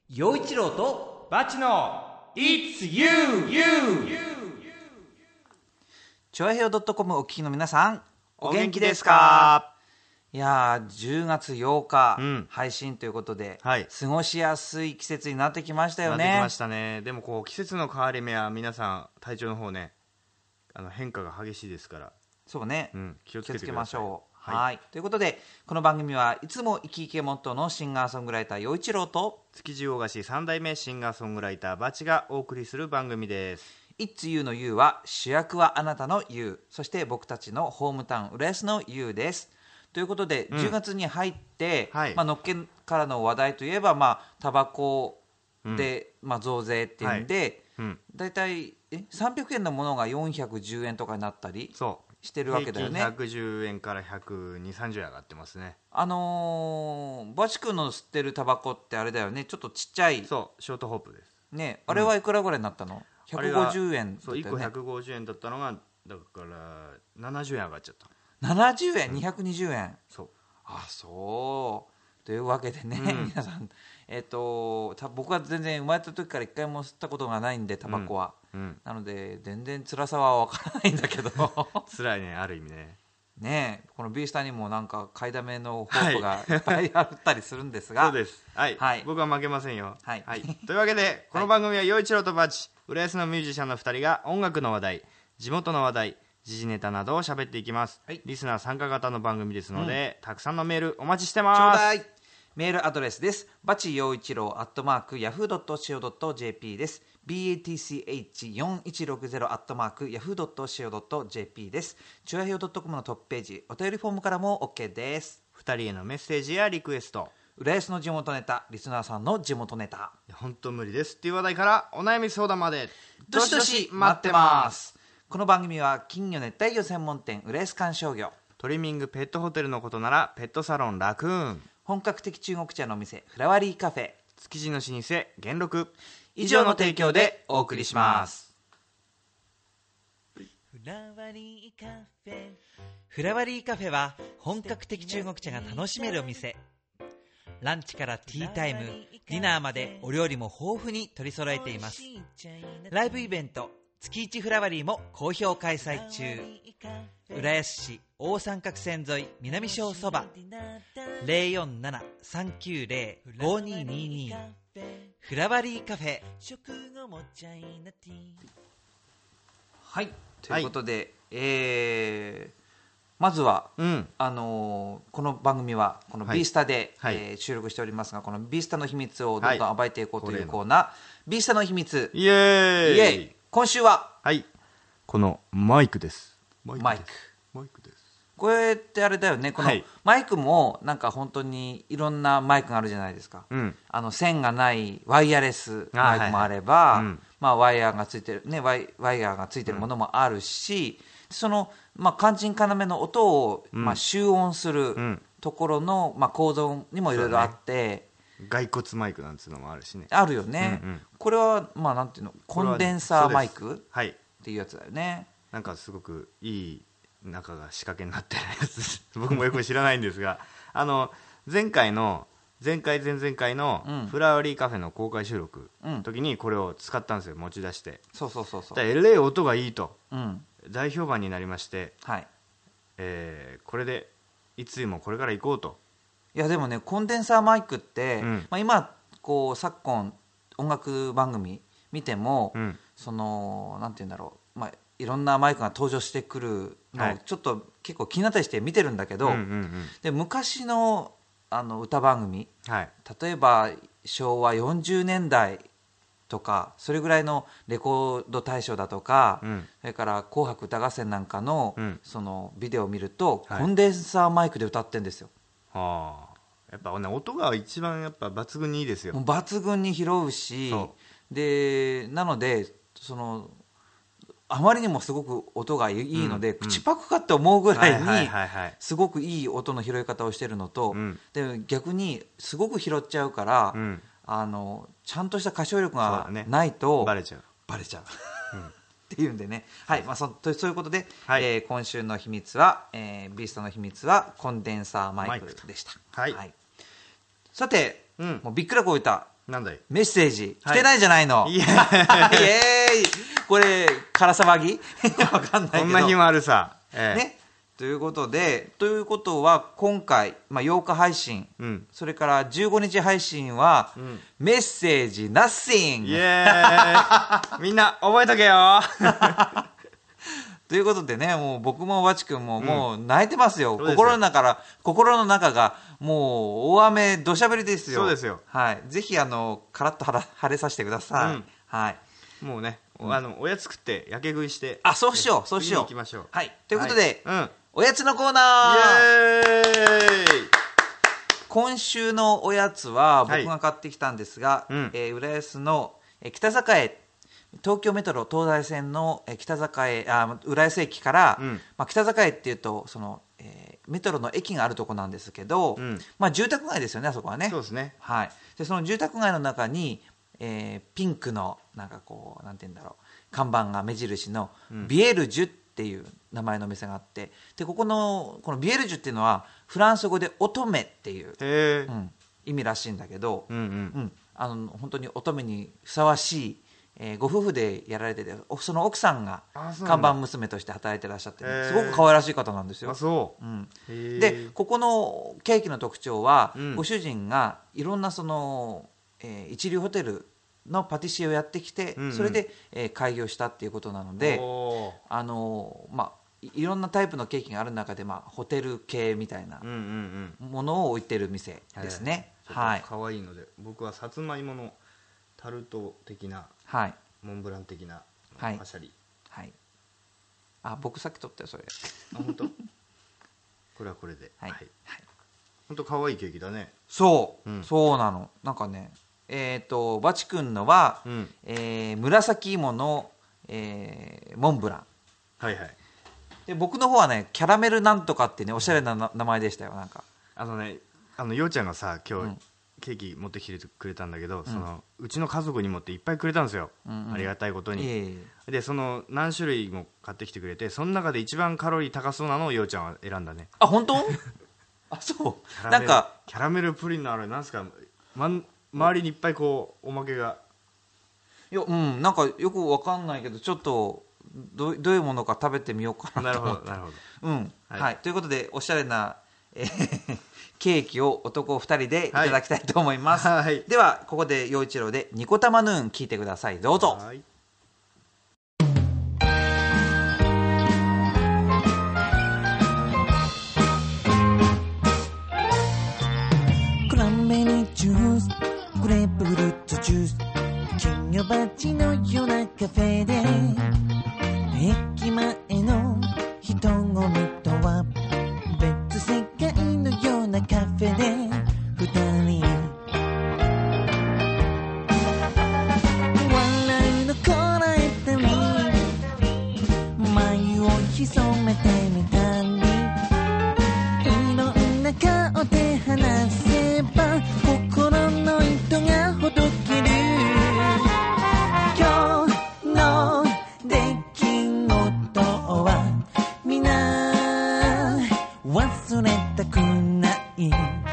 陽一郎とバチの It's You! チョアヘオ .com お聞きの皆さんお元気ですか？ いやー10月8日、配信ということで、 はい、 過ごしやすい季節になってきましたよね。 なってきましたね。でもこう季節の変わり目は皆さん体調の方ね、変化が激しいですから、 そうね、 気をつけてください。 ましょう。 はい、 ということでこの番組はいつも生き生きモットーのシンガーソングライター陽一郎と築地大菓子3代目シンガーソングライターバチがお送りする番組です。 It's You の You は主役はあなたの You、 そして僕たちのホームタウン浦安の You です。ということで、10月に入って、のっけからの話題といえば、タバコで、増税っていうんで、だいたい300円のものが410円とかになったりしてるわけだよね。 平均110円から120、30円上がってますね。 バチ君の吸ってるタバコってあれだよね、ちょっとちっちゃい。 そう、ショートホープですね。あれはいくらぐらいになったの？150円だったよね。 そう、1個150円だったのがだから70円上がっちゃった。 70円、220円。 そう。 あ、そうというわけでね、皆さん、僕は全然生まれた時から一回も吸ったことがないんでタバコは、なので全然辛さは分からないんだけど辛いね、ある意味ね。 ねえ、この B スタにもなんか買いだめのホープがいっぱいあったりするんですが、 そうです、はい、僕は負けませんよ。というわけでこの番組は陽一郎とバチ、浦安のミュージシャンの2人が音楽の話題、地元の話題、時事ネタなどを喋っていきます。リスナー参加型の番組ですので、たくさんのメールお待ちしてます。 ちょうだい。メールアドレスです。バチ陽一郎@yahoo.co.jp です。batch4160@yahoo.co.jp です。チュアヘオ .com のトップページ、お便りフォームからも OK です。 2人へのメッセージやリクエスト、 浦安の地元ネタ、リスナーさんの地元ネタ、 本当無理ですっていう話題からお悩み相談までどしどし待ってます。この番組は金魚熱帯魚専門店浦安観賞魚、 トリミングペットホテルのことならペットサロンラクーン、 本格的中国茶のお店フラワリーカフェ、 築地の老舗元禄、 以上の提供でお送りします。 フラワリーカフェ。フラワリーカフェは本格的中国茶が楽しめるお店。ランチからティータイム、ディナーまでお料理も豊富に取り揃えています。ライブイベント月一フラワリーも好評開催中。浦安市大三角線沿い南小そば 047-390-5222 フラワリーカフェ。 はい、ということで、まずは、この番組はこの B スタで、収録しておりますが、この B スタの秘密をどんどん暴いていこうというコーナー、B スタの秘密、 イエーイ。 今週は、 このマイクです。 マイクです。 これってあれだよね、このマイクもなんか本当にいろんなマイクがあるじゃないですか。線がないワイヤレスマイクもあれば、ワイヤーがついてるね、ワイヤーがついてるものもあるし、その肝心要の音を集音するところの構造にもいろいろあって、 骸骨マイクなんていうのもあるしね。 あるよね。これはなんていうの、コンデンサーマイクっていうやつだよね。 なんかすごくいい中が仕掛けになってるやつ僕もよく知らないんですが、前回前々回のフラワリーカフェの公開収録の時にこれを使ったんですよ、持ち出して。 そうえれえ音がいいと、大評判になりまして、これでいつもこれから行こうと。 いやでもね、コンデンサーマイクって、今こう昨今音楽番組見ても、そのなんて言うんだろう、いろんなマイクが登場してくるのをちょっと結構気になったりして見てるんだけど、で昔の歌番組、例えば昭和40年代とかそれぐらいのレコード大賞だとか、それから紅白歌合戦なんかの、そのビデオを見ると、コンデンサーマイクで歌ってるんですよ。 やっぱね、音が一番やっぱ抜群にいいですよ。 もう抜群に拾うし、でなのでそのあまりにもすごく音がいいので、口パクかって思うぐらいにすごくいい音の拾い方をしてるのと、で逆にすごく拾っちゃうから、ちゃんとした歌唱力がないとバレちゃうっていうんでね、そういうことで、今週の秘密は、ビーストの秘密はコンデンサーマイクでした。さて、もうびっくらこいたなんだい、 メッセージ来てないじゃないの、イエーイこれから騒ぎわかんないけど、 こんな日もあるさ、 ね。ということは今回、8日配信、それから15日配信は、メッセージナッシング、 イエーイみんな覚えとけよということでね、もう僕もわちくんももう泣いてますよ、心の中がもう大雨土砂降りですよ。 そうですよ、 はい、ぜひカラッと晴れさせてください、はい、 もうね、おやつ食ってやけ食いして、 そうしよう次に行きましょう。 はい、ということで、おやつのコーナー、 イエーイ。 今週のおやつは僕が買ってきたんですが、浦安の北栄、東京メトロ東西線の北栄、浦安駅から、北栄っていうとその、メトロの駅があるとこなんですけど、住宅街ですよね、あそこはね。 そうですね、 はい、でその住宅街の中に、ピンクのなんかこうなんて言うんだろう、看板が目印のビエルジュっていう名前の店があって、でこのビエルジュっていうのはフランス語で乙女っていう、意味らしいんだけど、本当に乙女にふさわしい、ご夫婦でやられてて、その奥さんが看板娘として働いてらっしゃって、すごく可愛らしい方なんですよ。でここのケーキの特徴は、ご主人がいろんなその、一流ホテルのパティシエをやってきて、それで、開業したっていうことなので、いろんなタイプのケーキがある中で、ホテル系みたいなものを置いてる店ですね。 はい、かわいいので、僕はさつまいものタルト的な、モンブラン的なパシャリ、 僕さっき取ったよそれ。 本当これはこれで、本当かわいいケーキだね。 そうなの。なんかね、バチ君のは、紫芋の、モンブラン、で僕の方はね、キャラメルなんとかってね、おしゃれな名前でしたよ。なんかようちゃんがさ、今日、ケーキ持ってきてくれたんだけど、うちの家族にもっていっぱいくれたんですよ、ありがたいことに。でその何種類も買ってきてくれて、その中で一番カロリー高そうなのをようちゃんは選んだね。 本当そうなんかキャラメルプリンのあれなんですか、周りにいっぱいこうおまけが、 なんかよくわかんないけど、ちょっとどういうものか食べてみようかなと思って。 なるほど、 ということで、おしゃれな、ケーキを男2人でいただきたいと思います、ではここで陽一郎でニコタマヌーン聞いてください。どうぞ。 クランベリージュース、グレープフルーツジュース、金魚鉢のようなカフェで、駅前の人混みとは別世界のようなカフェで二人笑いのこらえたり、眉を潜めてみたり、いろんな顔で話せば心の糸がほどける。今日の出来事は皆忘れたくない。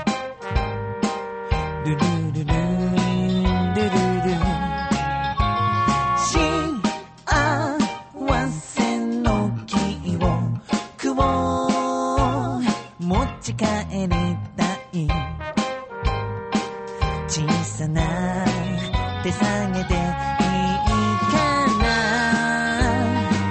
ルルルルルルル幸せの記憶を持ち帰りたい。小さな手下げていいかな。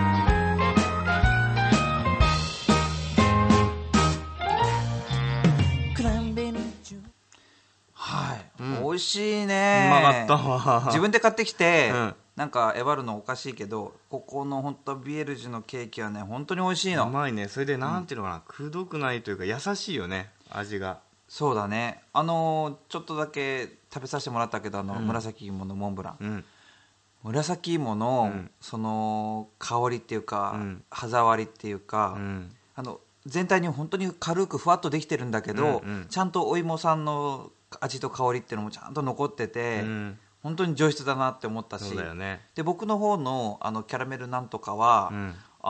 クランベリージュース、 美味しいね。 うまかったわ。 自分で買ってきて、なんかえばるのおかしいけど、ここの本当ビエルジュのケーキはね、本当に美味しいの。 うまいね。それでなんていうのかな、くどくないというか優しいよね、味が。 そうだね。ちょっとだけ食べさせてもらったけど、紫芋のモンブラン、紫芋の、その香りっていうか、歯触りっていうか、全体に本当に軽くふわっとできてるんだけど、ちゃんとお芋さんの味と香りっていうのもちゃんと残ってて、本当に上質だなって思ったし。 そうだよね。 で僕の方のキャラメルなんとかは、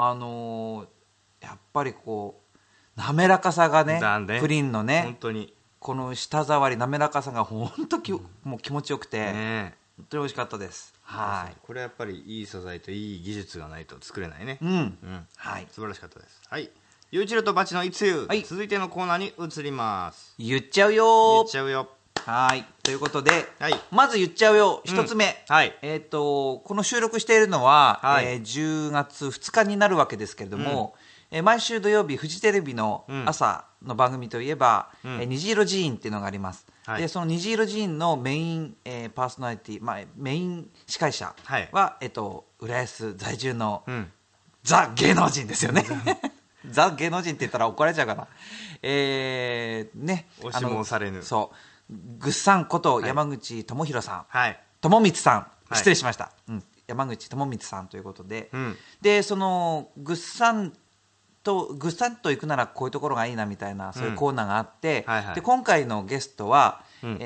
やっぱりこう滑らかさがね、プリンのね、 本当にこの舌触り滑らかさが本当もう気持ちよくて、本当に美味しかったです。はい。 これやっぱりいい素材といい技術がないと作れないね。 はい。 素晴らしかったです。はい。ゆういちろうとバチのいつゆ、続いてのコーナーに移ります。 言っちゃうよ。はい。ということで、まず言っちゃうよ。一つ目。この収録しているのは、10月2日になるわけですけれども、毎週土曜日フジテレビの朝の番組といえば、虹色寺院っていうのがあります。でその虹色寺院のメイン、パーソナリティ、メイン司会者は、浦安在住の、ザ芸能人ですよね。ザ芸能人って言ったら怒られちゃうかな。押しも押されぬ。 そう、ぐっさんこと山口智博さん、智光さん、失礼しました。山口智光さんということで、でそのぐっさんと行くならこういうところがいいなみたいな、そういうコーナーがあって、で今回のゲストは、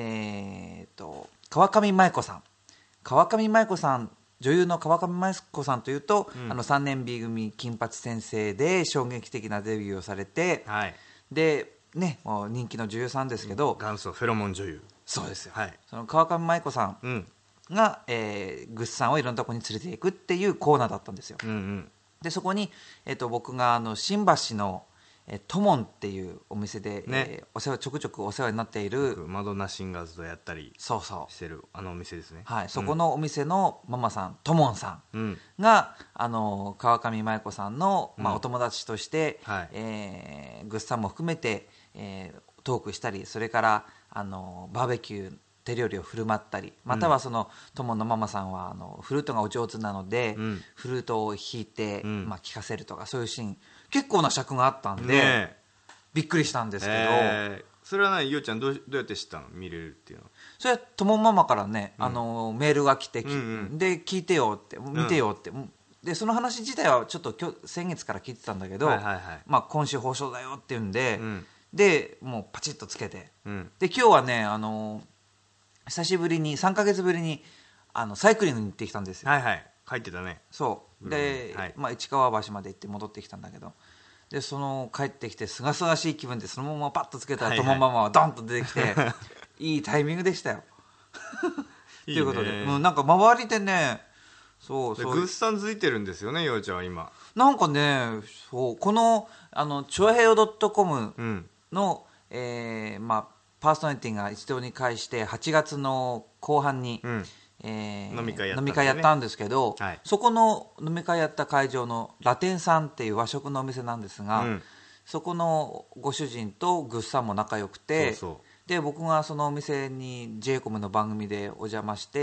川上麻衣子さん。川上麻衣子さん、女優の川上麻衣子さんというと、3年 B 組金八先生で衝撃的なデビューをされて、でね、もう人気の女優さんですけど、 元祖フェロモン女優。 そうですよ。その川上麻衣子さんが、ぐっさんをいろんなところに連れていくっていうコーナーだったんですよ。でそこに、僕が新橋のトモンっていうお店で、ちょくちょくお世話になっているマドンナシンガーズとやったりしてるあのお店ですね。 そこのお店のママさん、トモンさんが、川上麻衣子さんの、お友達として、ぐっさんも含めて、トークしたり、それからバーベキュー手料理を振る舞ったり、またはその友のママさんはフルートがお上手なので、フルートを弾いて、聴かせるとか、そういうシーン結構な尺があったんで、びっくりしたんですけど、 それは何、ゆうちゃんどうやって知ったの、見れるっていうのは。 それは友ママからね、メールが来て、で聞いてよって、見てよって、でその話自体はちょっと先月から聞いてたんだけど、今週放送だよっていうんで、でもうパチッとつけて、で今日はね、久しぶりに3ヶ月ぶりにサイクリングに行ってきたんですよ。 帰ってたね。 そうで、市川橋まで行って戻ってきたんだけど、で帰ってきてすがすがしい気分でそのままパッとつけたら、友ママはドンと出てきていいタイミングでしたよ。ということで、なんか周りでね、 グッサンづいてるんですよね、ようちゃんは今。 なんかね、このチョアヘヨ .com の、パーソナリティが一堂に会して8月の後半に、飲み会やったんですけど、そこの飲み会やった会場のラテンさんっていう和食のお店なんですが、そこのご主人とグッさんも仲良くて、で僕がそのお店に j コムの番組でお邪魔して、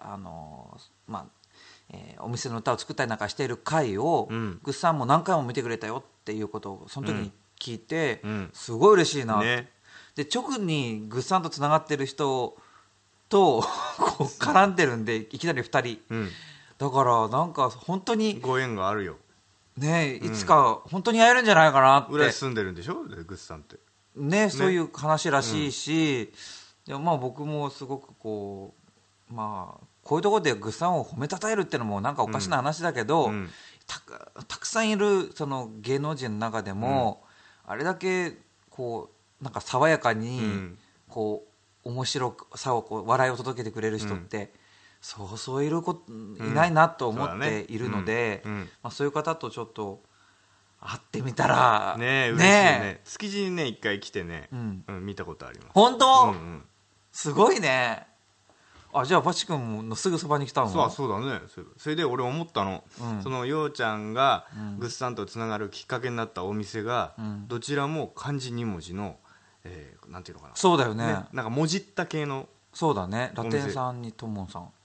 お店の歌を作ったりなんかしている回を、グッさんも何回も見てくれたよっていうことをその時に聞いて、すごい嬉しいなって、で直にグッさんとつながってる人とこう絡んでるんで、いきなり2人、だからなんか本当にご縁があるよね。いつか本当に会えるんじゃないかなって。 浦安住んでるんでしょ、グッさんってね、そういう話らしいし、僕もすごくこういうところでグッさんを褒めたたえるっていうのもなんかおかしな話だけど、たくさんいるその芸能人の中でも、あれだけこうなんか爽やかにこう面白さを笑いを届けてくれる人って、そういないなと思っているので、そういう方とちょっと会ってみたらね、嬉しいね。築地にね一回来てね、見たことあります。 本当、すごいね。じゃあバチ君のすぐそばに来たの。 そうだね。それで俺思ったの、そのようちゃんがグッさんとつながるきっかけになったお店が、どちらも漢字2文字の、なんていうのかな、 そうだよね、 なんかもじった系の。 そうだね、ラテンさんにトモンさん、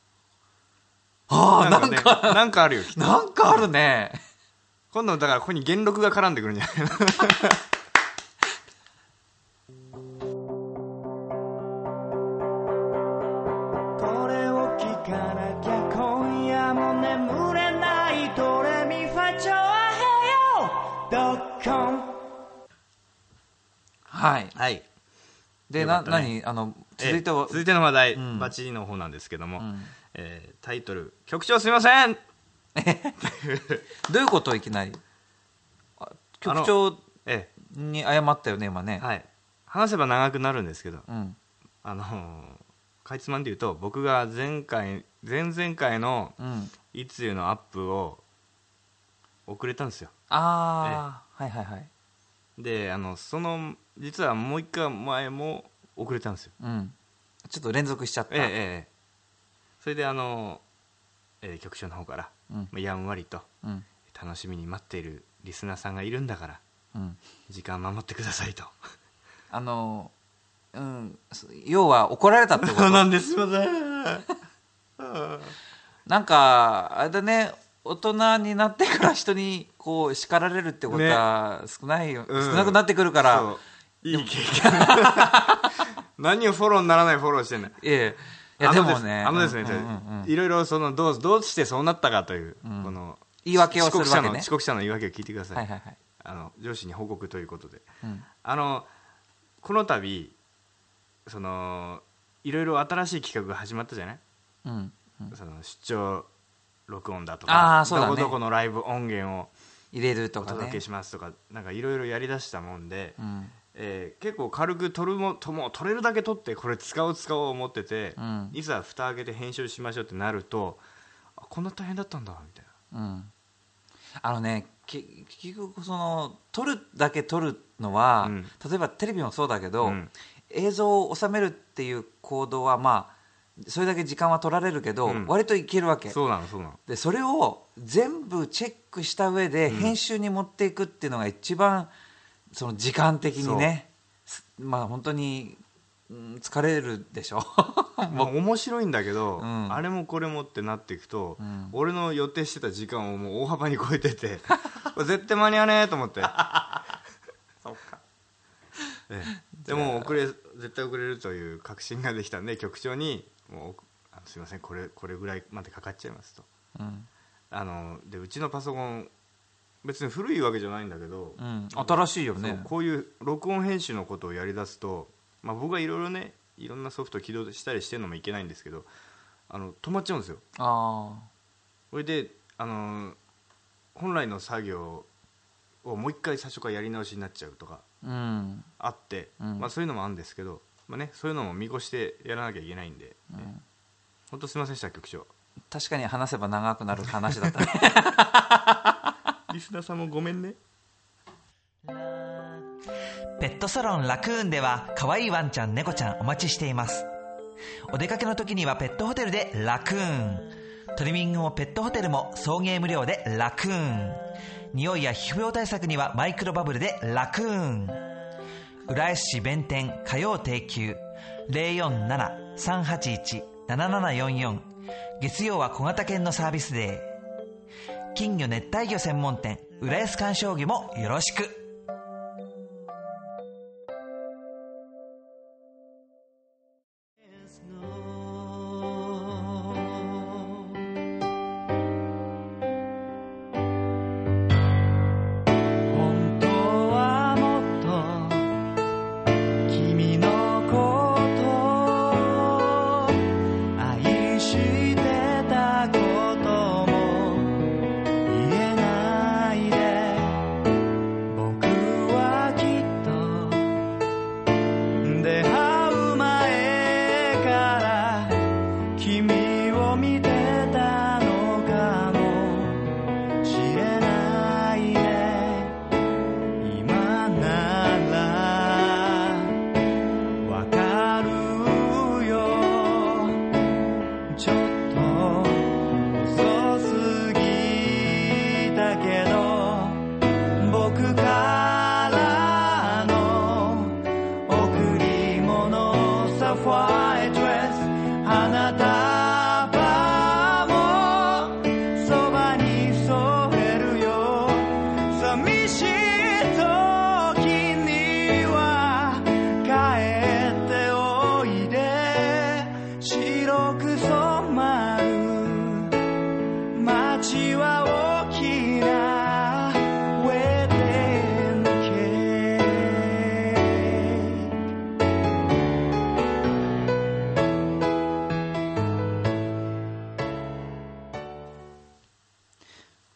なんかあるよ、 なんかあるね。 今度だからここに元禄が絡んでくるんじゃないの。 これを聞かなきゃ今夜も眠れないドレミファチョアヘヨ.com。 はいで、何続いての話題、バチの方なんですけども、タイトル、局長すみません。 どういうこと、いきなり局長に謝ったよね今ね。 話せば長くなるんですけど、かいつまんで言うと、僕が前々回のいつゆのアップを遅れたんですよ。 はいはいはい。 で実はもう一回前も遅れたんですよ。 ちょっと連続しちゃった。 それで局長の方から、やんわりと、楽しみに待っているリスナーさんがいるんだから、時間守ってくださいと。 要は怒られたってことなんですいません。 なんかあれだね、大人になってから人にこう叱られるってことは少ないよ、少なくなってくるから。 いい経験。何をフォローにならないフォローしてんだ。いやでもね、 ですね、いろいろどうしてそうなったかという、この言い訳をするわけね。 遅刻者の言い訳を聞いてください。上司に報告ということで、この度いろいろ新しい企画が始まったじゃない。出張録音だとか、どこどこのライブ音源を入れるとかね、 お届けしますとか、なんかいろいろやりだしたもんで、結構軽くもう取れるだけ取ってこれ使おう思ってて、いざ蓋開けて編集しましょうってなると、こんな大変だったんだみたいな。結局撮るだけ撮るのは、例えばテレビもそうだけど、映像を収めるっていう行動はまあそれだけ時間は取られるけど、割といけるわけ。 そうなの。 でそれを全部チェックした上で編集に持っていくっていうのが一番時間的にね、まあ本当に疲れるでしょ。 面白いんだけど、あれもこれもってなっていくと、俺の予定してた時間をもう大幅に超えてて絶対間に合わねえと思ってそうか。 でも絶対遅れるという確信ができたんで、局長にもうすいません、これぐらいまでかかっちゃいますと。でうちのパソコン別に古いわけじゃないんだけど、 新しいよね。 こういう録音編集のことをやりだすと、僕がいろいろね、いろんなソフトを起動したりしてるのもいけないんですけど、止まっちゃうんですよ。それで本来の作業をもう一回最初からやり直しになっちゃうとかあって、そういうのもあるんですけど、そういうのも見越してやらなきゃいけないんで、本当すいませんでした、局長。 確かに話せば長くなる話だったね。 リスナーさんもごめんね。 ペットサロンラクーンでは可愛いワンちゃん猫ちゃんお待ちしています。お出かけの時にはペットホテルでラクーン、トリミングもペットホテルも送迎無料でラクーン、匂いや皮膚病対策にはマイクロバブルでラクーン。浦安市弁天火曜定休 047-381-7744、月曜は小型犬のサービスデー。金魚熱帯魚専門店浦安観賞魚もよろしく。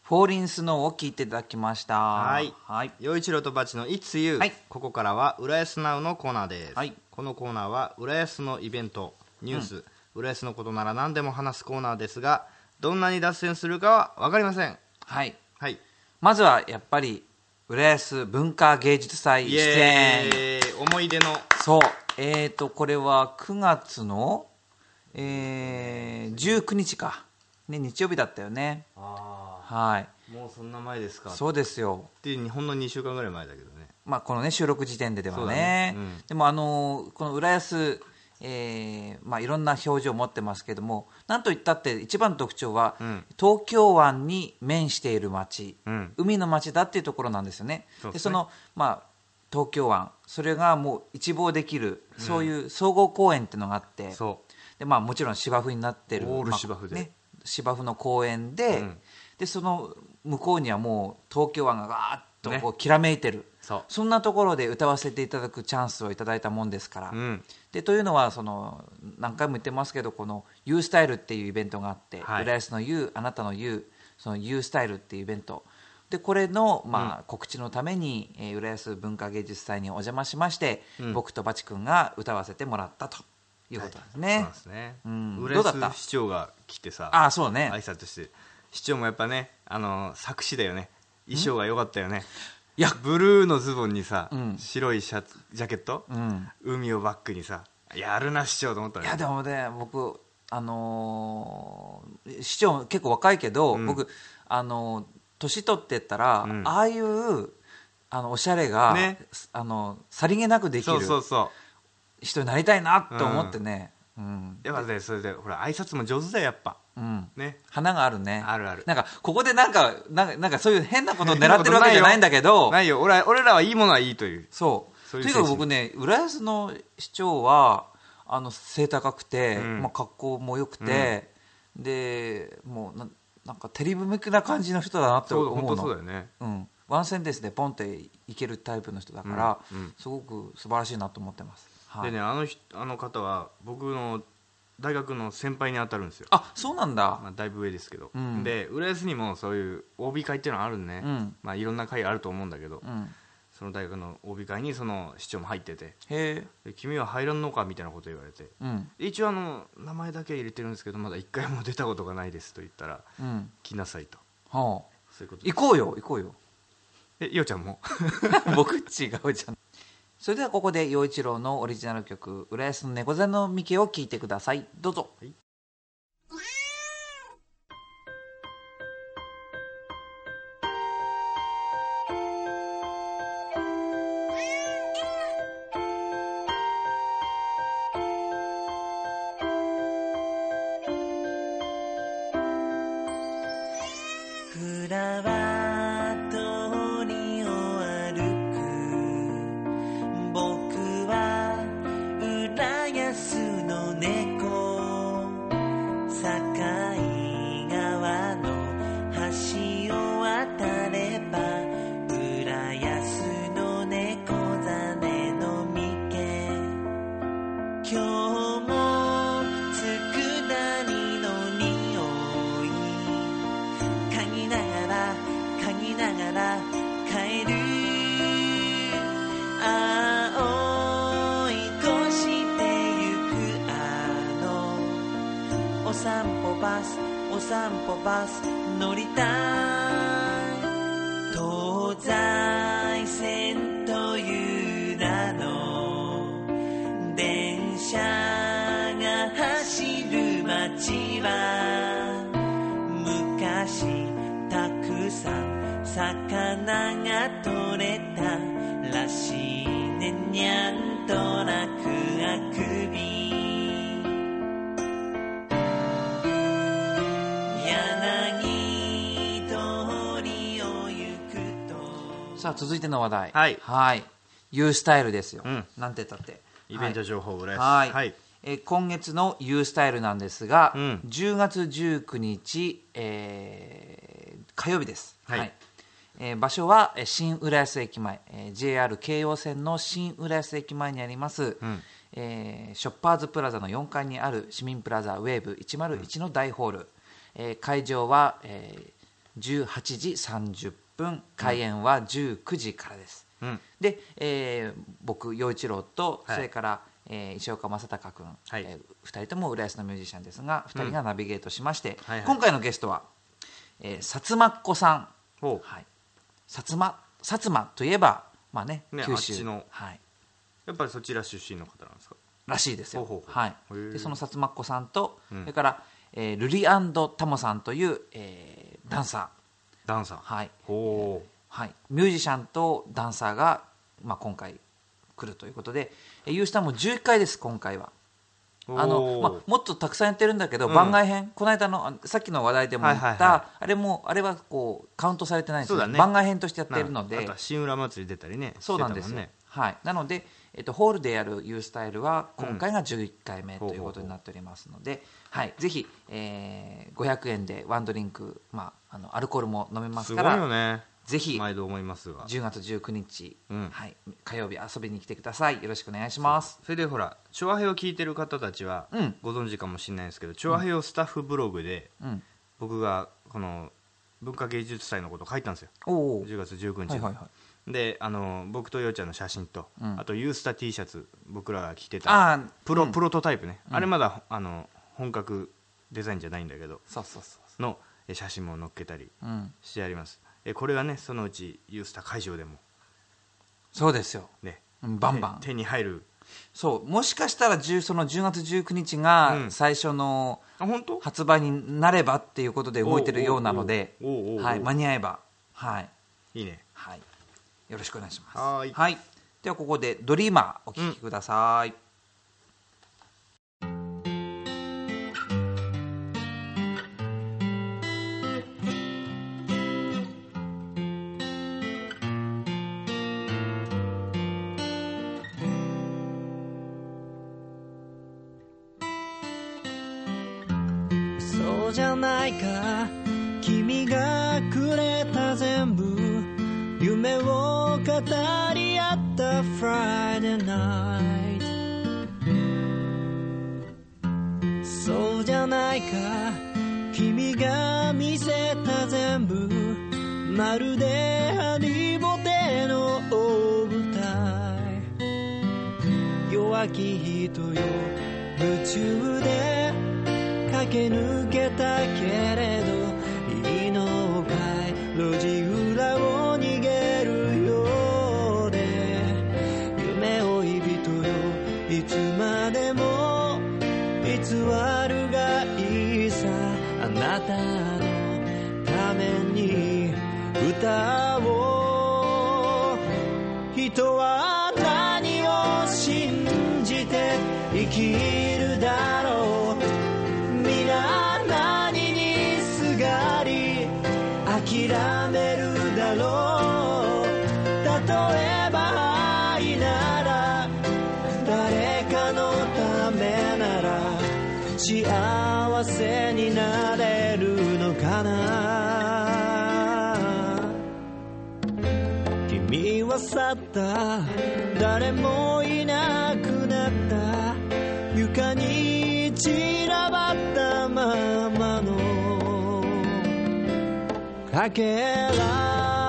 フォーリンスノーを聴いていただきました。 はい。陽一郎とバチの It's You、はい、ここからは浦安ナウのコーナーです。はい、このコーナーは浦安のイベント、ニュース、浦安のことなら何でも話すコーナーですが、どんなに脱線するかは分かりません。 はい。はい。まずはやっぱり浦安文化芸術祭出演。 思い出の。 そう。これは9月の、19日か。ね、日曜日だったよね。はい。 もうそんな前ですか。 そうですよ。 で、ほんの2週間ぐらい前だけどね。 まあ、このね、収録時点ではね。でもこの浦安、まあ、いろんな表情を持ってますけども、なんといったって一番の特徴は、東京湾に面している町、海の町だっていうところなんですよね。で、まあ、東京湾、それがもう一望できる、そういう総合公園っていうのがあって、で、まあ、もちろん芝生になってる、 オール芝生で、 ね、芝生の公園で、でその向こうにはもう東京湾がガーッとこうきらめいてる、そんなところで歌わせていただくチャンスをいただいたもんですから、でというのは何回も言ってますけど、この U スタイルっていうイベントがあって、浦安の U、あなたの U、その U スタイルっていうイベントで、これの、まあ告知のために、浦安文化芸術祭にお邪魔しまして、僕とバチ君が歌わせてもらったということですね。 そうなんですね。浦安市長が来てさ、 そうね、 挨拶して、市長もやっぱね、作詞だよね。衣装が良かったよね。いや、ブルーのズボンにさ、白いジャケット、海をバックにさ、やるな市長と思ったね。 いやでもね、僕市長結構若いけど、僕年取ってったら、ああいうおしゃれが、さりげなくできる人になりたいなと思ってね。 やっぱね、それでほら挨拶も上手だよやっぱ。 ね、花があるね。 あるある。 なんかここでなんかそういう変なことを狙ってるわけじゃないんだけど。 ないよ。俺らはいいものはいいという。 そう。とにかく僕ね、浦安の市長は背高くて、まあ格好も良くて、でもうなんかテレビ向きな感じの人だなって思うの。 本当そうだよね。 ワンセンテンスでポンっていけるタイプの人だから、すごく素晴らしいなと思ってます。 でね、あの方は僕の大学の先輩に当たるんですよ。 そうなんだ。 まあ、だいぶ上ですけど、で浦安にもそういう OB 会っていうのがあるんね、まあ、いろんな会あると思うんだけど、その大学の OB 会にその市長も入ってて、で君は入らんのかみたいなこと言われて、一応名前だけは入れてるんですけどまだ一回も出たことがないですと言ったら、来なさいと、 そういうこと。行こうよ。 ようちゃんも僕違うじゃん。それではここで陽一郎のオリジナル曲「浦安の猫背のみけ」を聴いてください。どうぞ。 お散歩バス乗りたい、東西線という名の電車が走る街は、昔たくさん魚が取れたらしいね、にゃんとなくあくび、 さあ続いての話題、はい、U スタイルですよ、なんて言ったってイベント情報浦安、 はい、今月の U スタイルなんですが、10月19日、火曜日です、場所は新浦安駅前、JR 京葉線の新浦安駅前にあります、ショッパーズプラザの4階にある市民プラザウェーブ101の大ホール、会場は、 18時30分、開演は19時からです、で、僕陽一郎と、それから、石岡正隆君、2人とも浦安のミュージシャンですが、2人がナビゲートしまして、今回のゲストは、薩摩っ子さん、薩摩といえば、まあね、九州の、やっぱりそちら出身の方なんですか？ らしいですよ。でその薩摩っ子さんと、それから、ルリ&タモさんという、ダンサー、ミュージシャンとダンサーが、今回来るということで、ユースタも11回です。今回はもっとたくさんやってるんだけど、番外編、この間のさっきの話題でも言った、あれはこうカウントされてないんですよ、番外編としてやってるので。 あとは新浦祭り出たりね。 そうなんですよ、なので、ホールでやるユースタイルは今回が11回目ということになっておりますので、ぜひ、500円でワンドリンク、アルコールも飲めますから、 すごいよね、 ぜひ毎度思いますが 10月19日、火曜日遊びに来てください。よろしくお願いします。 それでほら、チョアヘを聞いてる方たちはご存知かもしれないですけど、チョアヘをスタッフブログで、僕がこの文化芸術祭のことを書いたんですよ、10月19日に。で僕とようちゃんの写真と、あとユースタ T シャツ、僕らが着てたプロトタイプね、あれまだ本格デザインじゃないんだけどの写真も載っけたりしてあります。これがね、そのうちユースタ会場でもそうですよ、バンバン手に入る。 そうもしかしたらその10月19日が最初の発売になればっていうことで動いてるようなので、間に合えば、 いいね、 よろしくお願いします。ではここでドリーマーお聴きください。 そうじゃないか、君がくれた全部夢を語り合った Friday night。 そうじゃないか、君が見せた全部まるでハリボテの大舞台。弱き人よ、夢中で駆け抜けたけれど、いいのかい、路地裏を逃げるようで。夢追い人よ、いつまでも偽るがいいさ。あなたのために歌おう。人は何を信じて生きるだろう。皆何にすがり諦めるだろう。例えば愛なら、誰かのためなら幸せになれるのかな。君は去った、誰もいなくなった。床に散らばったままのかけら。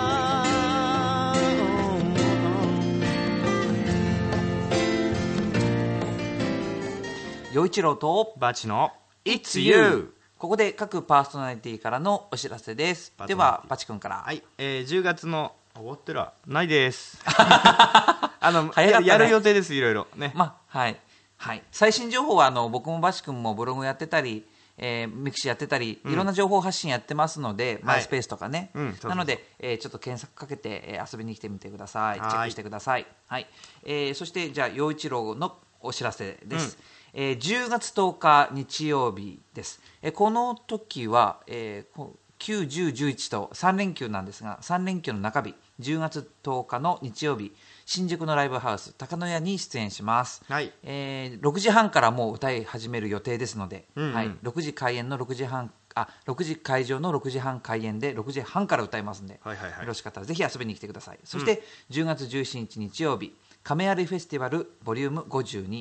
陽一郎とバチの It's You。 ここで各パーソナリティからのお知らせです。ではバチ君から。 10月の終わってらないですやる予定です、いろいろね。 最新情報は僕もバチ君もブログやってたり、ミクシーやってたり、いろんな情報発信やってますので、マイスペースとかね、なので、ちょっと検索かけて、遊びに来てみてください。チェックしてください。そしてじゃあ陽一郎のお知らせです。10月10日日曜日です。この時は、9、10、11と3連休なんですが、3連休の中日、10月10日の日曜日、新宿のライブハウス高野屋に出演します。6時半からもう歌い始める予定ですので、6時開演の6時半、6時会場の6時半開演で6時半から歌いますので、よろしかったらぜひ遊びに来てください。そして10月17日日曜日、亀有フェスティバルボリューム52、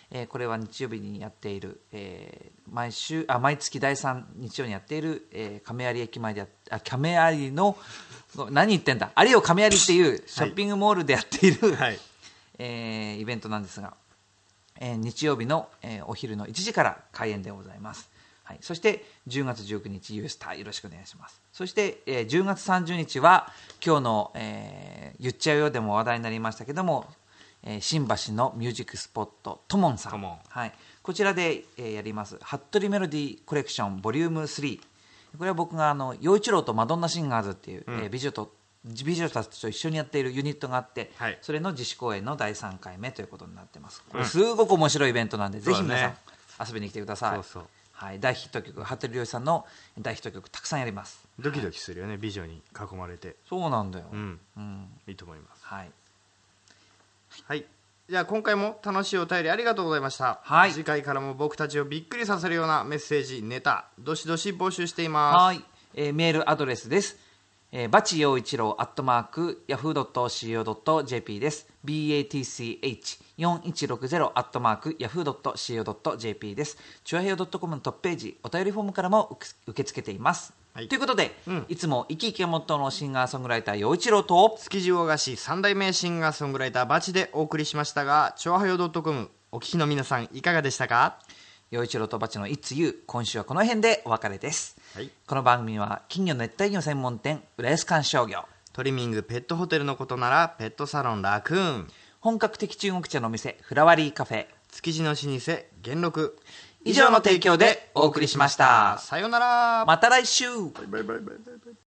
これは日曜日にやっている、毎月第3日曜にやっている、亀有駅前で亀有の何言ってんだ、有尾亀有っていうショッピングモールでやっている、はい、イベントなんですが、日曜日の、お昼の1時から開演でございます。はい、そして10月19日ユースターよろしくお願いします。そして、10月30日は今日の、言っちゃうよでも話題になりましたけども、新橋のミュージックスポットトモンさん、はい、こちらで、やります服部メロディーコレクションボリューム3、これは僕が陽一郎とマドンナシンガーズっていう、美女たちと一緒にやっているユニットがあって、はい、それの自主公演の第3回目ということになってます。これすごく面白いイベントなんで、ぜひ皆さん遊びに来てください。そうそう、はい、大ヒット曲、服部良一さんの大ヒット曲たくさんやります。 ドキドキするよね、はい、美女に囲まれて。 そうなんだよ、 いいと思います。 はい、 はい、じゃあ今回も楽しいお便りありがとうございました。はい、次回からも僕たちをびっくりさせるようなメッセージ、ネタどしどし募集しています。 はい、メールアドレスです。バチ陽一郎@yahoo.co.jp です。batch4160@yahoo.co.jp です。チュアヘヨ .com のトップページお便りフォームからも受け付けています。はい、ということで、いつも生き生きがモットーのシンガーソングライター陽一郎と築地大菓子3代目シンガーソングライターバチでお送りしましたが、チュアヘヨ .com お聞きの皆さんいかがでしたか？ 陽一郎とバチの It's You、 今週はこの辺でお別れです。はい、この番組は金魚熱帯魚専門店浦安観賞魚、 トリミングペットホテルのことならペットサロンラクーン、 本格的中国茶のお店フラワリーカフェ、 築地の老舗元禄、 以上の提供でお送りしました。 さようなら、 また来週。 バイバイバイバイバイバイ。